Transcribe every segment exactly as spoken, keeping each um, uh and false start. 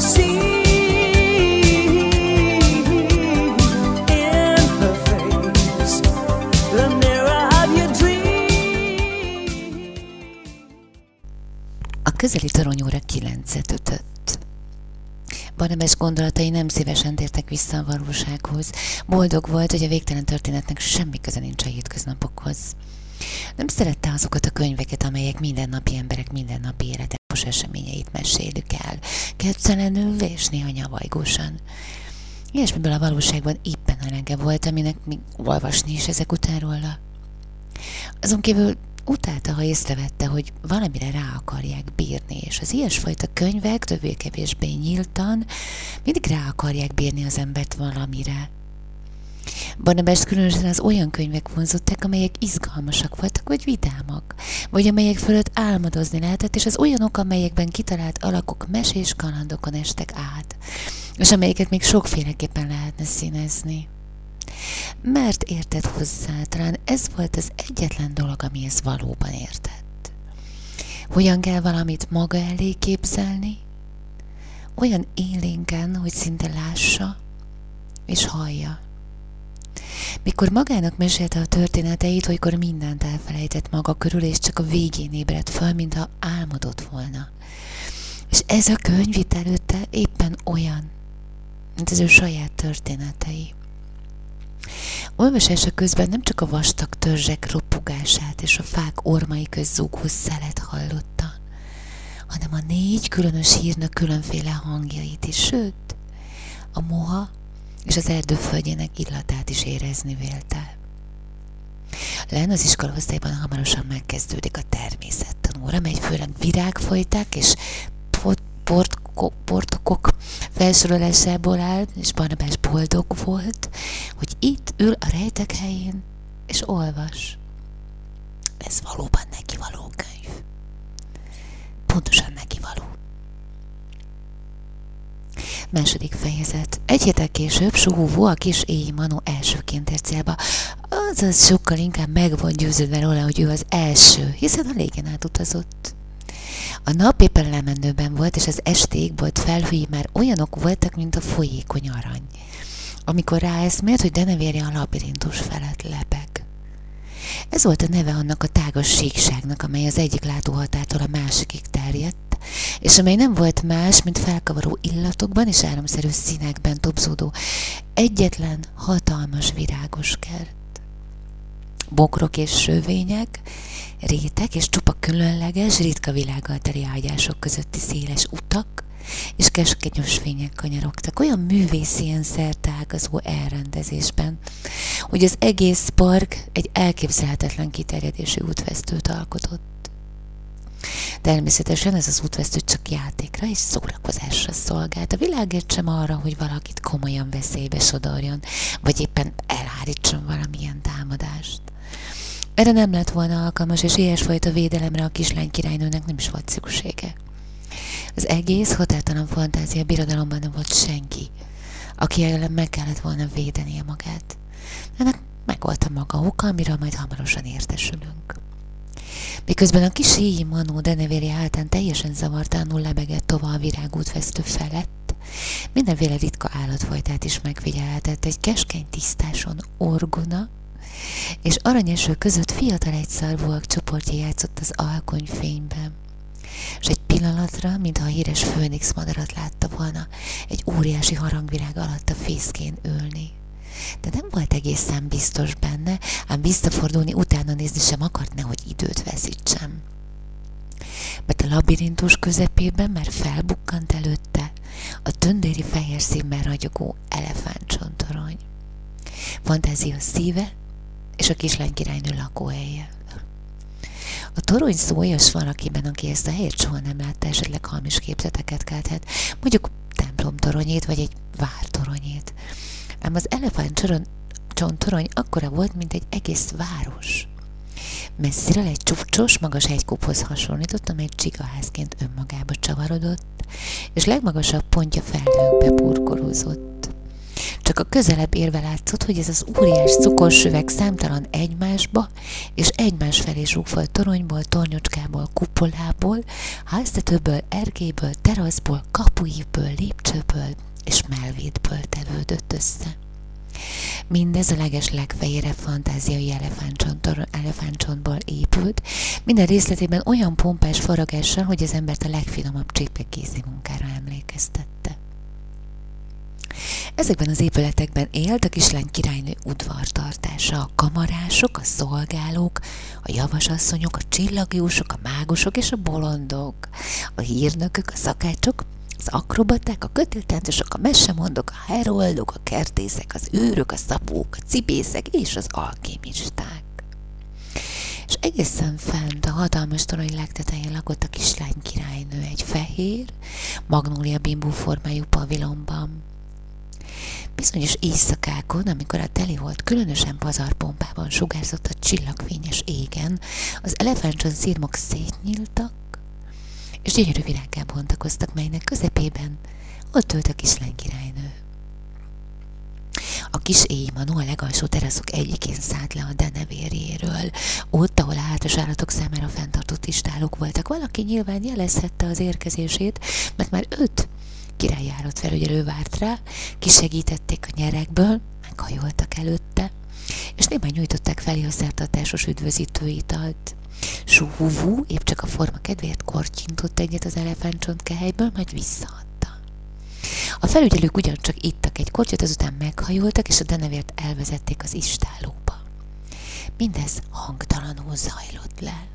közeli toronyóra kilencet ütött. Barnabás gondolatai nem szívesen tértek vissza a valósághoz. Boldog volt, hogy a végtelen történetnek semmi köze nincs a hétköznapokhoz. Nem szerette azokat a könyveket, amelyek mindennapi emberek mindennapi életes eseményeit mesélik el, kedvelenül és néha nyavajgósan. Ilyesmiből a valóságban éppen elege volt, aminek még olvasni is ezek után róla. Azon kívül utálta, ha észrevette, hogy valamire rá akarják bírni, és az ilyesfajta könyvek többé-kevésbé nyíltan mindig rá akarják bírni az embert valamire. Barnabást különösen az olyan könyvek vonzották, amelyek izgalmasak voltak, vagy vidámak, vagy amelyek fölött álmodozni lehetett, és az olyanok, amelyekben kitalált alakok mesés kalandokon estek át, és amelyeket még sokféleképpen lehetne színezni. Mert értett hozzá, talán ez volt az egyetlen dolog, amihez valóban értett. Hogyan kell valamit maga elé képzelni? Olyan élénken, hogy szinte lássa és hallja. Mikor magának mesélte a történeteit, olykor mindent elfelejtett maga körül, és csak a végén ébredt fel, mintha álmodott volna. És ez a könyv itt előtte éppen olyan, mint az ő saját történetei. Olvasása közben nem csak a vastag törzsek ropogását és a fák ormai közt zúgó szelet hallotta, hanem a négy különös hírnök különféle hangjait is, sőt, a moha és az erdőföldjének illatát is érezni vélte. Len az iskolaosztályban hamarosan megkezdődik a természettanóra, mely főleg virágfajták és pot, port, portokok felsorolásából áll, és Barnabás boldog volt, hogy itt ül a rejtek helyén, és olvas. Ez valóban neki való könyv. Pontosan neki való. Második fejezet. Egy héttel később Suhuvó, a kis éj Manó elsőként ért célba. Azaz sokkal inkább meg van győződve róla, hogy ő az első, hiszen a légen átutazott. A nap éppen lemenőben volt, és az estékbolt felhői már olyanok voltak, mint a folyékony arany, amikor ráeszmélt, hogy denevérje a labirintus felett lebeg. Ez volt a neve annak a tágas síkságnak, amely az egyik látóhatártól a másikig terjedt, és amely nem volt más, mint felkavaró illatokban és áramszerű színekben tobzódó egyetlen hatalmas virágos kert. Bokrok és sövények, rétek és csupa különleges, ritka világgal teli ágyások közötti széles utak és keskeny ösvények kanyarogtak olyan művészien szerteágazó elrendezésben, hogy az egész park egy elképzelhetetlen kiterjedésű útvesztőt alkotott. Természetesen ez az útvesztő csak játékra és szórakozásra szolgált, a világért sem arra, hogy valakit komolyan veszélybe sodorjon, vagy éppen elhárítson valamilyen támadást. Erre nem lett volna alkalmas, és ilyesfajta védelemre a kislány királynőnek nem is volt szüksége. Az egész határtalan fantázia birodalomban nem volt senki, aki ellen meg kellett volna védenie magát. Ennek megvolt a maga oka, amiről majd hamarosan értesülünk. Miközben a kis éji Manó denevérje hátán teljesen zavartalanul lebegett tovább a virágútvesztő felett, mindenféle ritka állatfajtát is megfigyelhetett, egy keskeny tisztáson orgona, és aranyeső között fiatal egyszarvúak csoportja játszott az alkonyfényben, és egy pillanatra, mintha a híres főnix madarat látta volna, egy óriási harangvirág alatt a fészkén ülni. De nem volt egészen biztos benne, ám visszafordulni, utána nézni sem akart, nehogy időt veszítsem. Mert a labirintus közepében már felbukkant előtte a tündéri fehér színben ragyogó elefántcsontorony. Fantázia szíve és a kislány királynő lakóhelye. A torony szó olyas valakiben, aki ezt a helyet soha nem látta, esetleg hamis képzeteket kelthet, mondjuk templom toronyét, vagy egy vár toronyét. Ám az elefántcsontorony akkora volt, mint egy egész város. Messziről egy csúcsos, magas hegykúphoz hasonlított, amely csigaházként önmagába csavarodott, és legmagasabb pontja felhőkbe burkolózott. Csak csak a közelebb érve látszott, hogy ez az óriás cukorsüveg számtalan egymásba és egymás felé zsúfolt toronyból, tornyocskából, kupolából, háztetőből, erkélyből, teraszból, kapuívből, lépcsőből és melvétből tevődött össze. Mindez a leges legfehérebb fantáziai elefántcsontból épült, minden részletében olyan pompás faragással, hogy az embert a legfinomabb csépekkézi munkára emlékeztette. Ezekben az épületekben élt a kislány királynő udvartartása, a kamarások, a szolgálók, a javasasszonyok, a csillagjósok, a mágusok és a bolondok, a hírnökök, a szakácsok, az akrobaták, a kötéltáncosok, a mesemondok, a heroldok, a kertészek, az őrök, a szabók, a cibészek és az alkémisták. És egészen fent a hatalmas torony legtetején lakott a kislány királynő egy fehér, magnólia bimbó formájú pavilonban. Bizonyos éjszakákon, amikor a teli volt különösen pazarpompában sugárzott a csillagfényes égen, az elefántcsont szirmok szétnyíltak, és gyönyörű virággá bontakoztak, melynek közepében ott ült a kislány királynő. A kis éjmanó a legalsó teraszok egyikén szállt le a denevérjéről. Ott, ahol a hátas állatok számára fenntartott istálók voltak, valaki nyilván jelezhette az érkezését, mert már öt királyjárat felügyelő várt rá, kisegítették a nyerekből, meghajoltak előtte, és némán nyújtották felé a szertartásos üdvözítő italt. Súvú épp csak a forma kedvéért kortyintott egyet az elefántcsont kehelyből, majd visszaadta. A felügyelők ugyancsak ittak egy kortyot, azután meghajoltak, és a denevért elvezették az istálóba. Mindez hangtalanul zajlott le.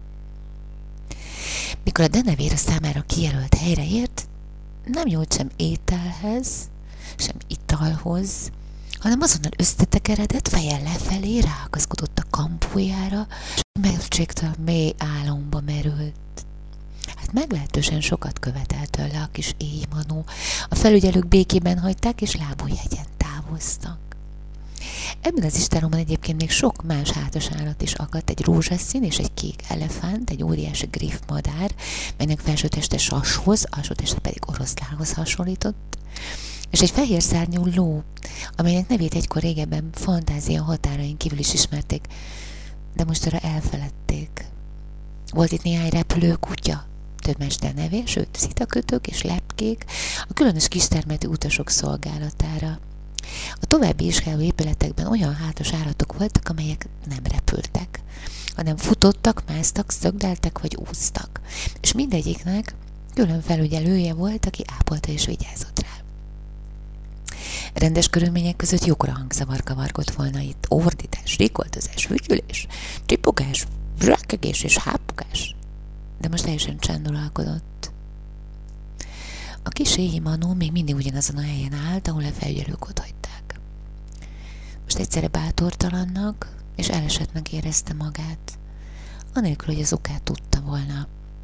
Mikor a denevér a számára kijelölt helyre ért, nem nyújt sem ételhez, sem italhoz, hanem azonnal összetekeredett, fejjel lefelé ráakaszkodott a kampójára, és megségtől mély álomba merült. Hát meglehetősen sokat követelt tőle a kis éjmanó. A felügyelők békében hagyták, és lábújhegyen távoztak. Ebben az istálóban egyébként még sok más hátas állat is akadt, egy rózsaszín és egy kék elefánt, egy óriási griff madár, melynek felső teste sashoz, alsó teste pedig oroszlánhoz hasonlított, és egy fehér szárnyú ló, amelynek nevét egykor régebben fantázia határain kívül is ismerték, de most arra elfeledték. Volt itt néhány repülő kutya, több mesternevér, sőt, szitakötők és lepkék a különös kistermetű utasok szolgálatára. A további iskáló épületekben olyan hátas állatok voltak, amelyek nem repültek, hanem futottak, másztak, szögdeltek vagy úsztak, és mindegyiknek külön felügyelője volt, aki ápolta és vigyázott rá. Rendes körülmények között jókora hangzavar kavargott volna itt, ordítás, rikoltozás, fütyülés, csipogás, zsákegés és hápogás, de most teljesen csend uralkodott. A kis éjmanó még mindig ugyanazon a helyen állt, ahol a felügyelők otthagyták. Most egyszerre bátortalannak és elesettnek érezte magát, anélkül, hogy az okát tudta volna.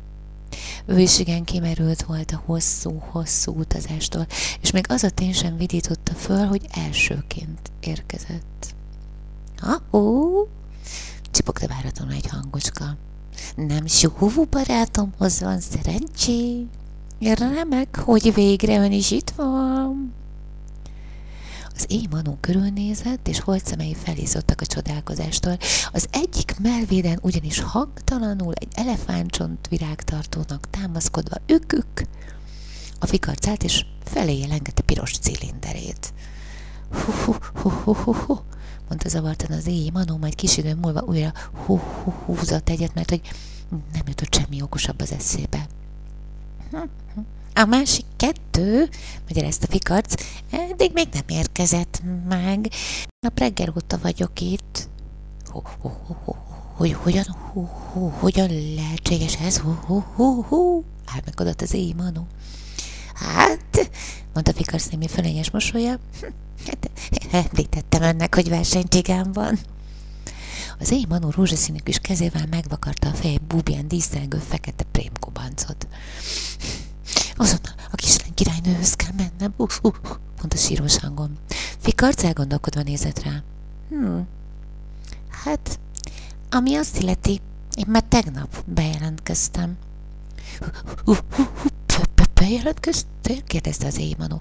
Ő is igen kimerült volt a hosszú-hosszú utazástól, és még az a tény sem vidította föl, hogy elsőként érkezett. Ha-hó! Csipogta váratlanul egy hangocska. Nem Súvú barátomhoz van szerencsé? Remek, hogy végre ön is itt van. Az éjmanó körülnézett, és holdszemei felízottak a csodálkozástól. Az egyik melvéden ugyanis hangtalanul egy elefántcsont virágtartónak támaszkodva ükük, a fikarc állt, és feléje lengette piros cilinderét. Hú-hú-hú-hú-hú, mondta zavartan az éjmanó, majd kis idő múlva újra hú-hú-húzott egyet, mert hogy nem jutott semmi okosabb az eszébe. A másik kettő, magyarázta Fikarc, eddig még nem érkezett meg. Nap reggel óta vagyok itt. Hogy hogyan, hogyan lehetséges ez? Álmodott az éjmanó. Hát, mondta Fikarc némi fölényes mosolya, hát említettem önnek, hogy versenycsigám van. Az éjmanó rózsaszínű kis kezével megvakarta a feje búbján díszelgő fekete prémkobancot. Azonnal a kislány királynőhöz kell mennem, uh, uh, mondta sírós hangon. Fikarc elgondolkodva nézett rá. Hmm. Hát, ami azt illeti, én már tegnap bejelentkeztem. bejelentkeztél? Kérdezte az éjmanó.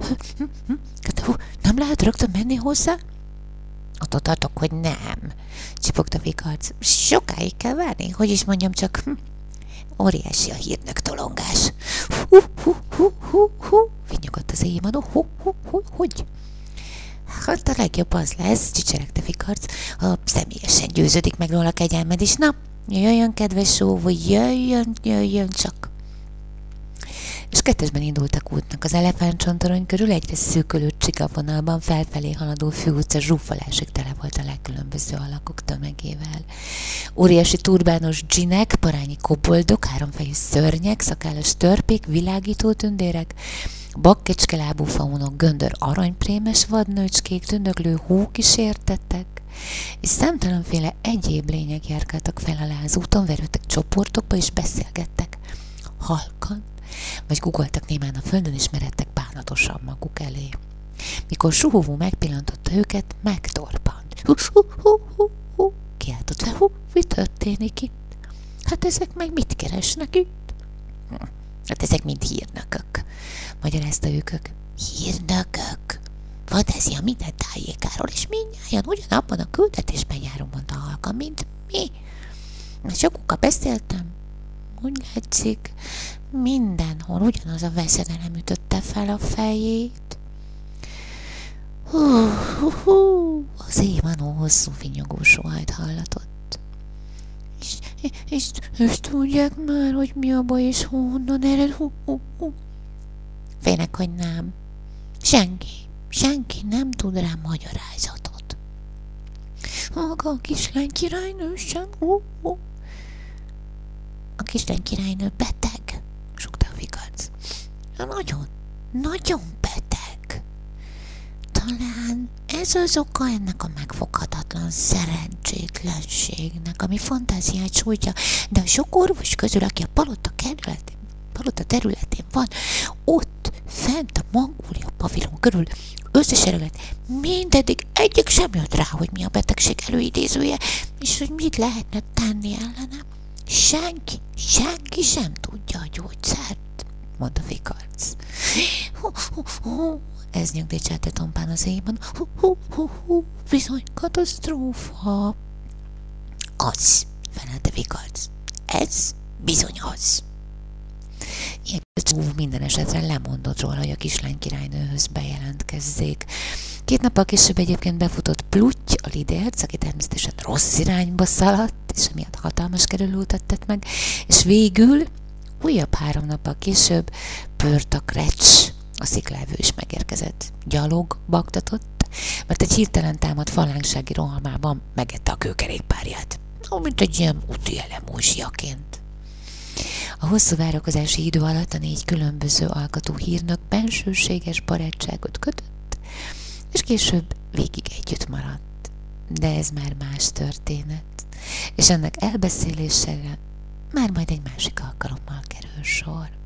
Nem lehet rögtön menni hozzá? Attól tartok, hogy nem, csipogta Vikarc. Sokáig kell várni, hogy is mondjam csak. Hm. Óriási a hírnök tolongás. Hú, hú, hú, hú, hú, vinyogott az éjmanó. Hú, hú, hú, hogy? Hát a legjobb az lesz, csicseregte Vikarc, ha személyesen győződik meg róla kegyelmed is. Na, jöjjön, kedves sóvó, jöjjön, jöjjön csak. És kettesben indultak útnak. Az elefántcsontorony körül egyre szűkölő csikavonalban felfelé haladó főutca zsúfolásig tele volt a legkülönböző alakok tömegével. Óriási turbános dzsinek, parányi koboldok, háromfejű szörnyek, szakállas törpék, világító tündérek, bakkecskelábú faunok, göndör aranyprémes vadnőcskék, tündöklő hókísértettek, és számtalanféle egyéb lények járkáltak fel a lázúton, verődtek csoportokba és beszélgettek. Halkan, vagy gugoltak némán a földön, és meredtek bánatosan maguk elé. Mikor Suhuvú megpillantotta őket, megtorpant. Hú, hú, hú, hú, hú, kiáltott fel, hú, mi történik itt? Hát ezek meg mit keresnek itt? Hát ezek mind hírnökök, magyarázta őkök. Hírnökök? Fantázia minden tájékáról, és mindnyájan ugyanabban a küldetésben járunk, mondta halkan, mint mi. Sokukkal beszéltem. Úgy látszik, mindenhol ugyanaz a veszedelem ütötte fel a fejét. Hú, hú, hú, az éjmanó hosszú finyogó sóhajt hallatott. És, és, és tudják már, hogy mi a baj, és honnan ered? Hú, hú, hú. Félnek, hogy nem. Senki, senki nem tud rá magyarázatot. Maga a kislány királynő sem. Hú, hú. A kislány királynő beteg, sukta a Vikarc. Nagyon, nagyon beteg. Talán ez az oka ennek a megfoghatatlan szerencsétlenségnek, ami fantáziát sújtja, de a sok orvos közül, aki a palota területén, palota területén van, ott fent a Mangólia pavilon körül összes erőlet, mindeddig egyik sem jött rá, hogy mi a betegség előidézője, és hogy mit lehetne tenni ellene. Senki, senki sem tudja a gyógyszert, mondta Vikarc. Hú, hú, hú, ez nyugdíjcsálte tompán az éjban. Hú, hú, hú, hú, bizony katasztrófa. Az, felelte Vikarc. Ez bizony az. Ilyenkor minden esetre lemondott róla, hogy a kislány királynőhöz bejelentkezzék. Két nappal később egyébként befutott Plutty, a lidérc, aki természetesen rossz irányba szaladt, és emiatt hatalmas kerülőutat tett meg, és végül újabb három nappal később Pört a Krecs, a sziklávő is megérkezett. Gyalog baktatott, mert egy hirtelen támadt falánksági rohamában megette a kőkerékpárját, mint egy ilyen úti elemózsiaként. A hosszú várakozási idő alatt a négy különböző alkatú hírnök bensőséges barátságot kötött, és később végig együtt maradt. De ez már más történet, és ennek elbeszélésére már majd egy másik alkalommal kerül sor.